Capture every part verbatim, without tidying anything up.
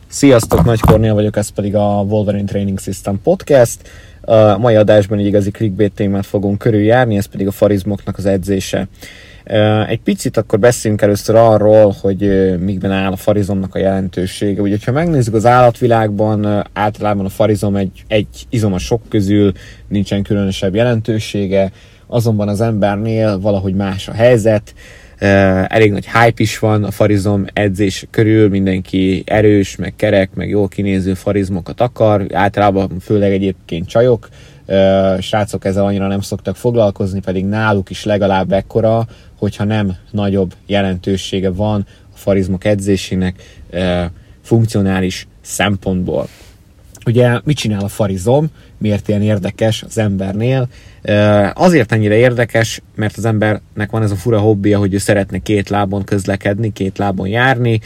Sziasztok, Nagy Kornél vagyok, ez pedig a Wolverine Training System Podcast. A mai adásban egy igazi clickbait témát fogunk körüljárni, ez pedig a farizmoknak az edzése. Egy picit akkor beszéljünk először arról, hogy mikben áll a farizomnak a jelentősége. Ugye, ha megnézzük az állatvilágban, általában a farizom egy, egy izom a sok közül, nincsen különösebb jelentősége, azonban az embernél valahogy más a helyzet. Elég nagy hype is van a farizom edzés körül, mindenki erős, meg kerek, meg jól kinéző farizmokat akar, általában főleg egyébként csajok, srácok ezzel annyira nem szoktak foglalkozni, pedig náluk is legalább ekkora, hogyha nem nagyobb jelentősége van a farizmok edzésének funkcionális szempontból. Ugye mit csinál a farizom, miért ilyen érdekes az embernél? Azért ennyire érdekes, mert az embernek van ez a fura hobbija, hogy ő szeretne két lábon közlekedni, két lábon járni,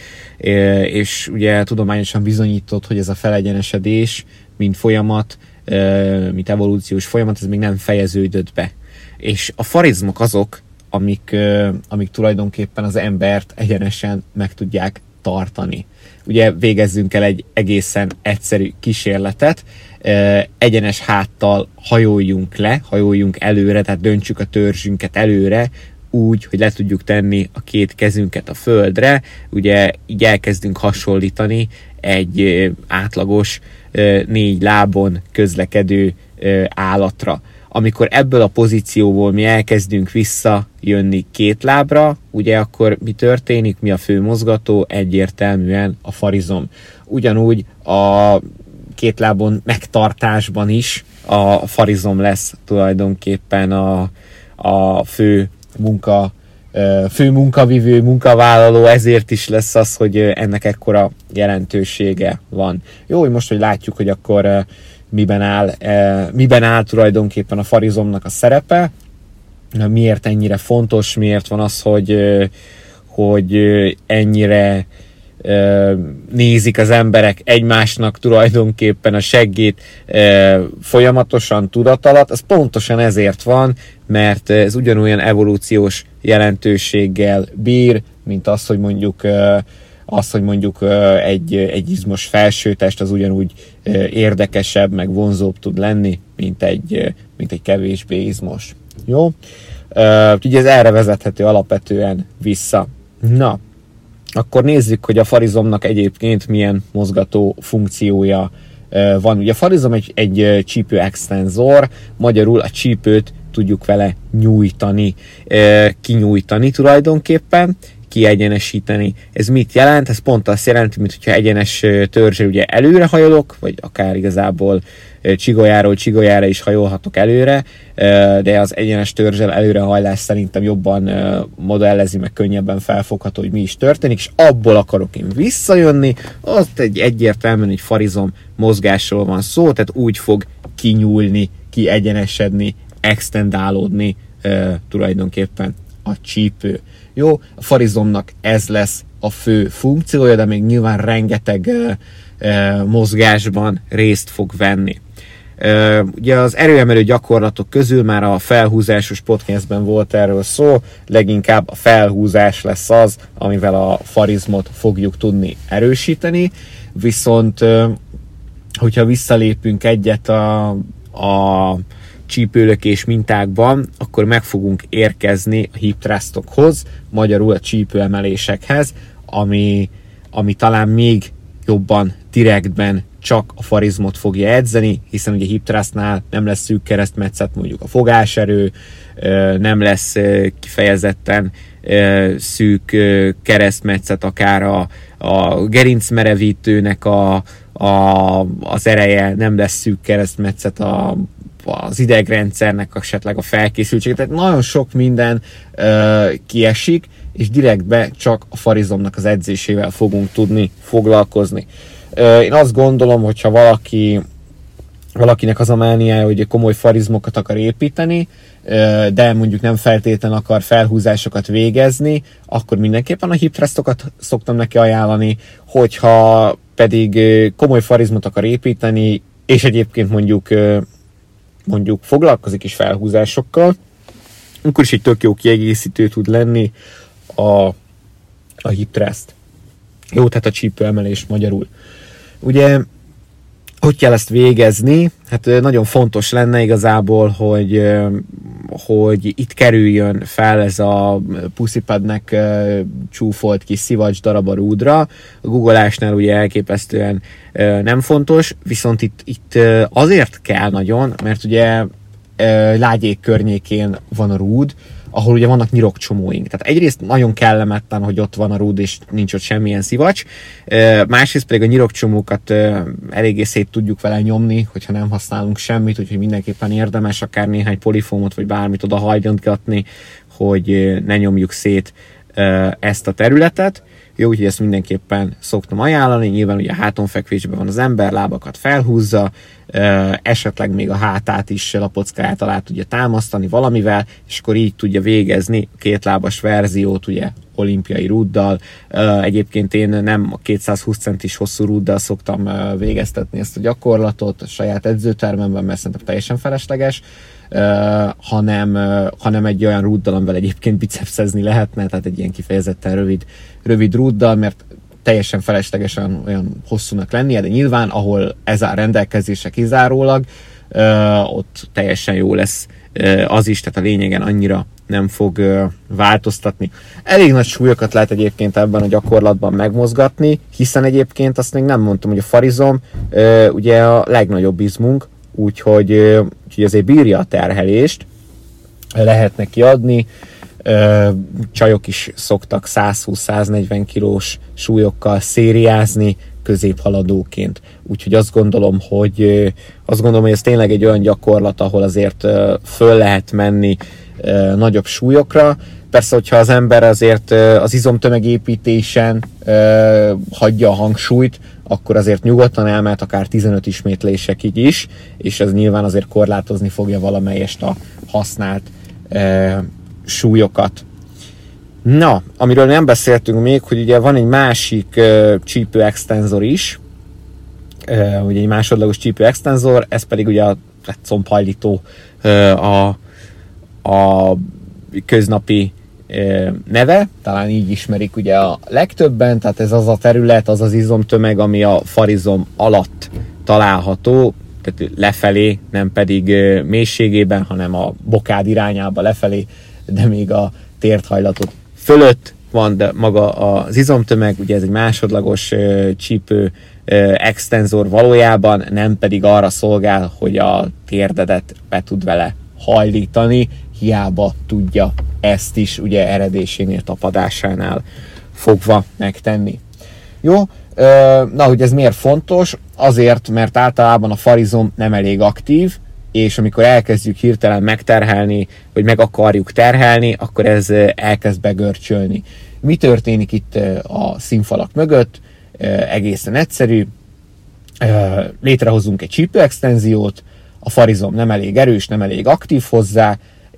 és ugye tudományosan bizonyított, hogy ez a felegyenesedés, mint folyamat, mint evolúciós folyamat, ez még nem fejeződött be. És a farizmok azok, amik, amik tulajdonképpen az embert egyenesen meg tudják tartani. Ugye végezzünk el egy egészen egyszerű kísérletet, egyenes háttal hajoljunk le, hajoljunk előre, tehát döntsük a törzsünket előre, úgy, hogy le tudjuk tenni a két kezünket a földre, ugye így elkezdünk hasonlítani egy átlagos négy lábon közlekedő állatra. Amikor ebből a pozícióból mi elkezdünk visszajönni két lábra, ugye akkor mi történik, mi a fő mozgató? Egyértelműen a farizom. Ugyanúgy a két lábon megtartásban is a farizom lesz tulajdonképpen a, a fő munka, fő munkavivő, munkavállaló, ezért is lesz az, hogy ennek ekkora jelentősége van. Jó, hogy most, hogy látjuk, hogy akkor miben áll, miben áll tulajdonképpen a farizomnak a szerepe, miért ennyire fontos, miért van az, hogy, hogy ennyire nézik az emberek egymásnak tulajdonképpen a seggét folyamatosan tudat alatt, az pontosan ezért van, mert ez ugyanolyan evolúciós jelentőséggel bír, mint az, hogy mondjuk az, hogy mondjuk egy, egy izmos felsőtest az ugyanúgy érdekesebb, meg vonzóbb tud lenni, mint egy, mint egy kevésbé izmos. Jó? Ugye ez erre vezethető alapvetően vissza. Na, akkor nézzük, hogy a farizomnak egyébként milyen mozgató funkciója van. Ugye a farizom egy, egy csípő extenzor, magyarul a csípőt tudjuk vele nyújtani, kinyújtani tulajdonképpen, kiegyenesíteni. Ez mit jelent? Ez pont azt jelenti, mintha egyenes törzsel ugye előre hajolok, vagy akár igazából csigolyáról csigolyára is hajolhatok előre, de az egyenes törzsel előrehajlás szerintem jobban modellezi, meg könnyebben felfogható, hogy mi is történik, és abból akarok én visszajönni, az egy egyértelműen egy farizom mozgásról van szó, tehát úgy fog kinyúlni, kiegyenesedni, extendálódni tulajdonképpen a csípő. Jó, a farizomnak ez lesz a fő funkciója, de még nyilván rengeteg uh, uh, mozgásban részt fog venni. Uh, ugye az erőemelő gyakorlatok közül már a felhúzásos podcastben volt erről szó, leginkább a felhúzás lesz az, amivel a farizmot fogjuk tudni erősíteni, viszont uh, hogyha visszalépünk egyet a, a csípőlökés mintákban, akkor meg fogunk érkezni a hip thrustokhoz, magyarul a csípőemelésekhez, ami, ami talán még jobban direktben csak a farizmot fogja edzeni, hiszen ugye hip thrustnál nem lesz szűk keresztmetszet, mondjuk a fogáserő, nem lesz kifejezetten szűk keresztmetszet, akár a, a gerincmerevítőnek a, a, az ereje, nem lesz szűk keresztmetszet a az idegrendszernek esetleg a felkészültsége, tehát nagyon sok minden ö, kiesik, és direktbe csak a farizomnak az edzésével fogunk tudni foglalkozni. Ö, én azt gondolom, hogyha valaki valakinek az a mániája, hogy komoly farizmokat akar építeni, ö, de mondjuk nem feltétlenül akar felhúzásokat végezni, akkor mindenképpen a hip thrustokat szoktam neki ajánlani, hogyha pedig komoly farizmot akar építeni, és egyébként mondjuk mondjuk foglalkozik is felhúzásokkal, akkor is egy tök jó kiegészítő tud lenni a, a hip thrust. Jó, tehát a csípőemelés magyarul. Ugye, hogy kell ezt végezni? Hát nagyon fontos lenne igazából, hogy, hogy itt kerüljön fel ez a pussypadnek csúfolt kis szivacs darab a rúdra. A googolásnál ugye elképesztően nem fontos, viszont itt, itt azért kell nagyon, mert ugye lágyék környékén van a rúd, ahol ugye vannak nyirokcsomóink. Tehát egyrészt nagyon kellemetlen, hogy ott van a rúd, és nincs ott semmilyen szivacs. Másrészt pedig a nyirokcsomókat eléggé szét tudjuk vele nyomni, hogyha nem használunk semmit, úgyhogy mindenképpen érdemes akár néhány polifómot, vagy bármit oda hajlantgatni, hogy ne nyomjuk szét ezt a területet. Jó, úgyhogy ezt mindenképpen szoktam ajánlani. Nyilván ugye hátonfekvésben van az ember, lábakat felhúzza, esetleg még a hátát is lapockáját alá tudja támasztani valamivel, és akkor így tudja végezni a kétlábas verziót, ugye olimpiai rúddal. Egyébként én nem a kétszázhúsz centis hosszú rúddal szoktam végeztetni ezt a gyakorlatot a saját edzőtermemben, mert szerintem teljesen felesleges, Uh, hanem, uh, hanem egy olyan rúddal, amivel egyébként bicepszezni lehetne, tehát egy ilyen kifejezetten rövid, rövid rúddal, mert teljesen feleslegesen olyan hosszúnak lennie, de nyilván, ahol ez áll rendelkezésre kizárólag, uh, ott teljesen jó lesz uh, az is, tehát a lényegen annyira nem fog uh, változtatni. Elég nagy súlyokat lehet egyébként ebben a gyakorlatban megmozgatni, hiszen egyébként azt még nem mondtam, hogy a farizom uh, ugye a legnagyobb izmunk, úgyhogy, úgyhogy azért bírja a terhelést, lehet neki adni. Csajok is szoktak százhúsz-száznegyven kilós súlyokkal szériázni középhaladóként. Úgyhogy azt gondolom, hogy azt gondolom, hogy ez tényleg egy olyan gyakorlat, ahol azért föl lehet menni nagyobb súlyokra. Persze, hogyha az ember azért az izomtömegépítésen hagyja a hangsúlyt, akkor azért nyugodtan elmehet akár tizenöt ismétlésekig is, és ez nyilván azért korlátozni fogja valamelyest a használt e, súlyokat. Na, amiről nem beszéltünk még, hogy ugye van egy másik e, csípőextenzor is, e, ugye egy másodlagos csípőextenzor, ez pedig ugye a combhajlító e, a, a köznapi neve, talán így ismerik ugye a legtöbben, tehát ez az a terület, az az izomtömeg, ami a farizom alatt található, tehát lefelé, nem pedig mélységében, hanem a bokád irányába lefelé, de még a térthajlatot fölött van, de maga az izomtömeg, ugye ez egy másodlagos csípő extenzor valójában, nem pedig arra szolgál, hogy a térdedet be tud vele hajlítani, hiába tudja ezt is ugye eredésénél, tapadásánál fogva megtenni. Jó, na, hogy ez miért fontos? Azért, mert általában a farizom nem elég aktív, és amikor elkezdjük hirtelen megterhelni, vagy meg akarjuk terhelni, akkor ez elkezd begörcsölni. Mi történik itt a színfalak mögött? Egészen egyszerű. Létrehozunk egy csípőextenziót, a farizom nem elég erős, nem elég aktív hozzá,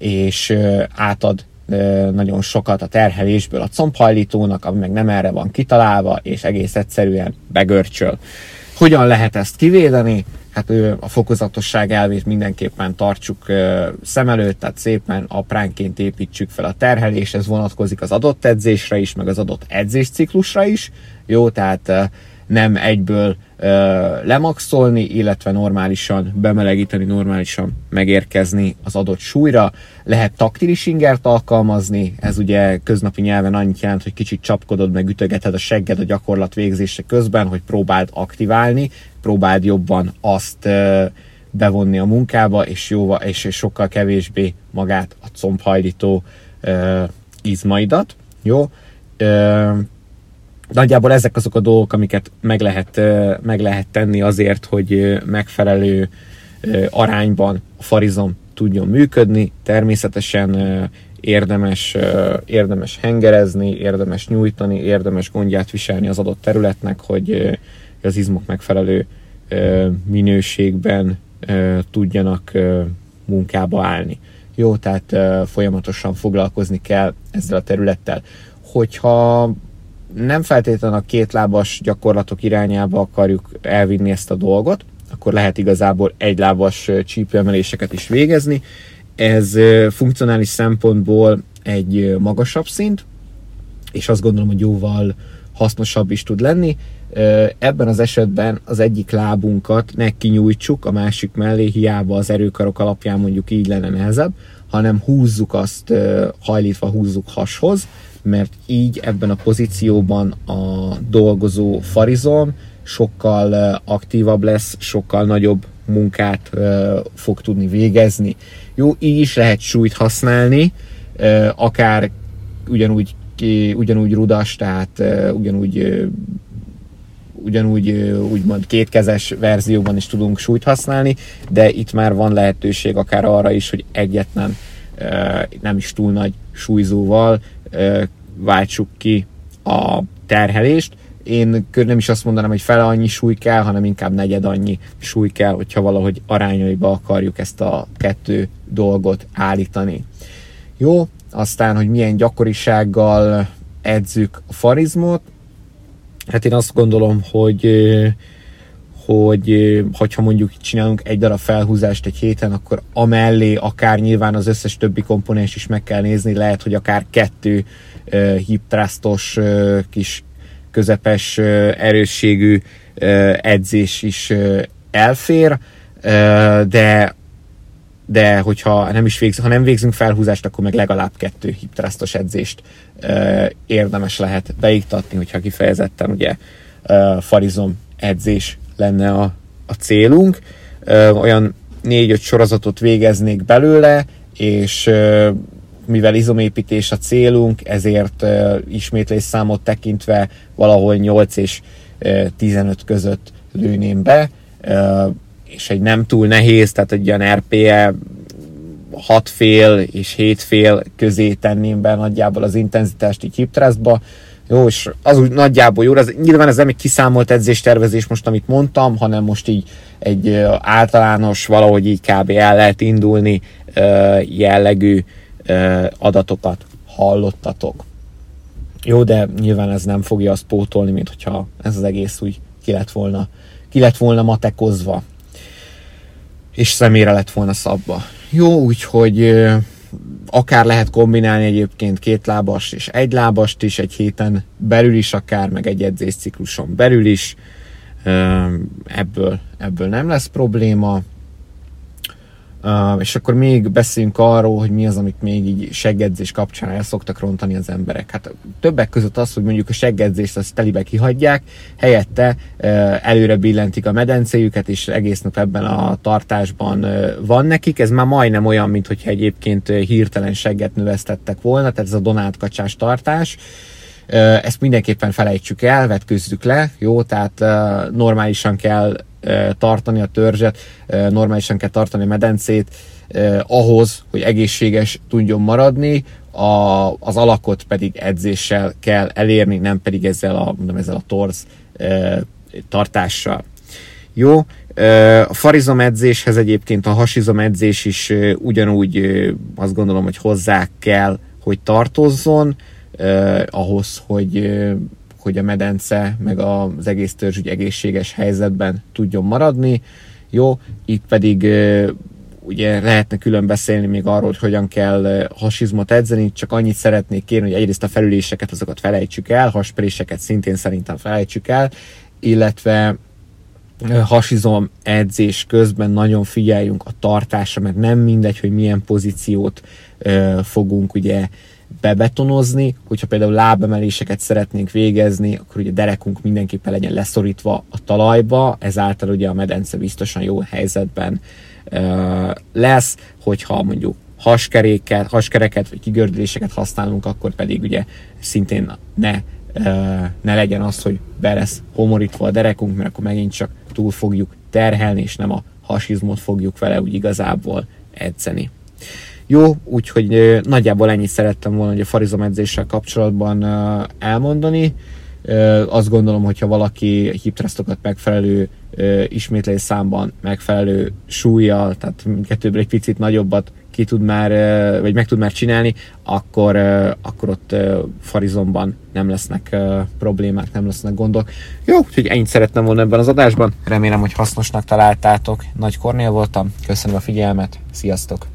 és átad nagyon sokat a terhelésből a combhajlítónak, ami meg nem erre van kitalálva, és egész egyszerűen begörcsöl. Hogyan lehet ezt kivédeni? Hát a fokozatosság elvét mindenképpen tartsuk szem előtt, tehát szépen apránként építsük fel a terhelést, ez vonatkozik az adott edzésre is, meg az adott edzésciklusra is. Jó, tehát nem egyből ö, lemaxolni, illetve normálisan bemelegíteni, normálisan megérkezni az adott súlyra. Lehet taktilis ingert alkalmazni, ez ugye köznapi nyelven annyit jelent, hogy kicsit csapkodod, meg ütögeted a segged a gyakorlat végzése közben, hogy próbáld aktiválni, próbáld jobban azt ö, bevonni a munkába, és, jóval, és, és sokkal kevésbé magát a combhajlító ö, izmaidat. Jó? Ö, Nagyjából ezek azok a dolgok, amiket meg lehet, meg lehet tenni azért, hogy megfelelő arányban a farizom tudjon működni. Természetesen érdemes, érdemes hengerezni, érdemes nyújtani, érdemes gondját viselni az adott területnek, hogy az izmok megfelelő minőségben tudjanak munkába állni. Jó, tehát folyamatosan foglalkozni kell ezzel a területtel. Hogyha nem feltétlenül a kétlábas gyakorlatok irányába akarjuk elvinni ezt a dolgot, akkor lehet igazából egylábas csípőemeléseket is végezni. Ez funkcionális szempontból egy magasabb szint, és azt gondolom, hogy jóval hasznosabb is tud lenni. Ebben az esetben az egyik lábunkat ne kinyújtsuk a másik mellé, hiába az erőkarok alapján mondjuk így lenne nehezebb, hanem húzzuk azt, hajlítva húzzuk hashoz, mert így ebben a pozícióban a dolgozó farizom sokkal aktívabb lesz, sokkal nagyobb munkát fog tudni végezni. Jó, így is lehet súlyt használni, akár ugyanúgy, ugyanúgy rudas, tehát ugyanúgy ugyanúgy úgymond kétkezes verzióban is tudunk súlyt használni, de itt már van lehetőség akár arra is, hogy egyetlen nem is túl nagy súlyzóval váltsuk ki a terhelést. Én nem is azt mondanám, hogy fele annyi súly kell, hanem inkább negyed annyi súly kell, hogyha valahogy arányaiba akarjuk ezt a kettő dolgot állítani. Jó, aztán, hogy milyen gyakorisággal edzük a farizmot. Hát én azt gondolom, hogy, hogy hogyha mondjuk csinálunk egy darab felhúzást egy héten, akkor amellé akár nyilván az összes többi komponens is meg kell nézni, lehet, hogy akár kettő uh, hip thrustos uh, kis közepes uh, erősségű uh, edzés is uh, elfér, uh, de de hogyha nem is végz, ha nem végzünk felhúzást, akkor meg legalább kettő hip thrustos edzést uh, érdemes lehet beiktatni, hogyha kifejezetten ugye uh, farizom edzés lenne a, a célunk. Uh, olyan négy-öt sorozatot végeznék belőle, és uh, mivel izomépítés a célunk, ezért uh, ismétlés számot tekintve valahol nyolc és tizenöt között lőném be, uh, és egy nem túl nehéz, tehát egy olyan er pé e hat fél és hét fél közé tenném be nagyjából az intenzitást így hip thrustba. Jó, és az úgy nagyjából jó, ez, nyilván ez nem egy kiszámolt edzéstervezés most, amit mondtam, hanem most így egy uh, általános, valahogy így kb. El lehet indulni uh, jellegű uh, adatokat hallottatok. Jó, de nyilván ez nem fogja azt pótolni, mint hogyha ez az egész úgy ki lett volna, ki lett volna matekozva, és személyre lett volna szabva. Jó, úgyhogy akár lehet kombinálni egyébként kétlábast és egylábast is egy héten belül is, akár meg egy edzéscikluson belül is. Ebből, ebből nem lesz probléma. És akkor még beszéljünk arról, hogy mi az, amit még így seggedzés kapcsán el szoktak rontani az emberek. Hát többek között az, hogy mondjuk a seggedzést azt telibe kihagyják, helyette előre billentik a medencéjüket, és egész nap ebben a tartásban van nekik. Ez már majdnem olyan, mint hogyha egyébként hirtelen segget növesztettek volna, tehát ez a Donald kacsás tartás. Ezt mindenképpen felejtsük el, vetkőzzük le, jó, tehát normálisan kell tartani a törzset, normálisan kell tartani a medencét, eh, ahhoz, hogy egészséges tudjon maradni, a, az alakot pedig edzéssel kell elérni, nem pedig ezzel a, mondom, ezzel a torz eh, tartással. Jó, eh, a farizom edzéshez egyébként a hasizom edzés is eh, ugyanúgy eh, azt gondolom, hogy hozzá kell, hogy tartozzon, eh, ahhoz, hogy eh, hogy a medence, meg az egész törzs úgy egészséges helyzetben tudjon maradni. Jó, itt pedig ugye lehetne külön beszélni még arról, hogy hogyan kell hasizmot edzeni, csak annyit szeretnék kérni, hogy egyrészt a felüléseket, azokat felejtsük el, hasperéseket szintén szerintem felejtsük el, illetve hasizom edzés közben nagyon figyeljünk a tartásra, mert nem mindegy, hogy milyen pozíciót fogunk ugye bebetonozni, hogyha például lábemeléseket szeretnénk végezni, akkor ugye derekunk mindenképpen legyen leszorítva a talajba, ezáltal ugye a medence biztosan jó helyzetben uh, lesz, hogyha mondjuk haskeréket, haskereket vagy kigördüléseket használunk, akkor pedig ugye szintén ne, uh, ne legyen az, hogy be lesz homorítva a derekunk, mert akkor megint csak túl fogjuk terhelni, és nem a hasizmot fogjuk vele úgy igazából edzeni. Jó, úgyhogy nagyjából ennyit szerettem volna, hogy a farizom edzéssel kapcsolatban elmondani. Azt gondolom, hogyha valaki hip thrustokat megfelelő ismétlés számban, megfelelő súlyjal, tehát mindkettőből egy picit nagyobbat ki tud már, vagy meg tud már csinálni, akkor, akkor ott farizomban nem lesznek problémák, nem lesznek gondok. Jó, úgyhogy ennyit szerettem volna ebben az adásban. Remélem, hogy hasznosnak találtátok. Nagy Kornél voltam, köszönöm a figyelmet, sziasztok!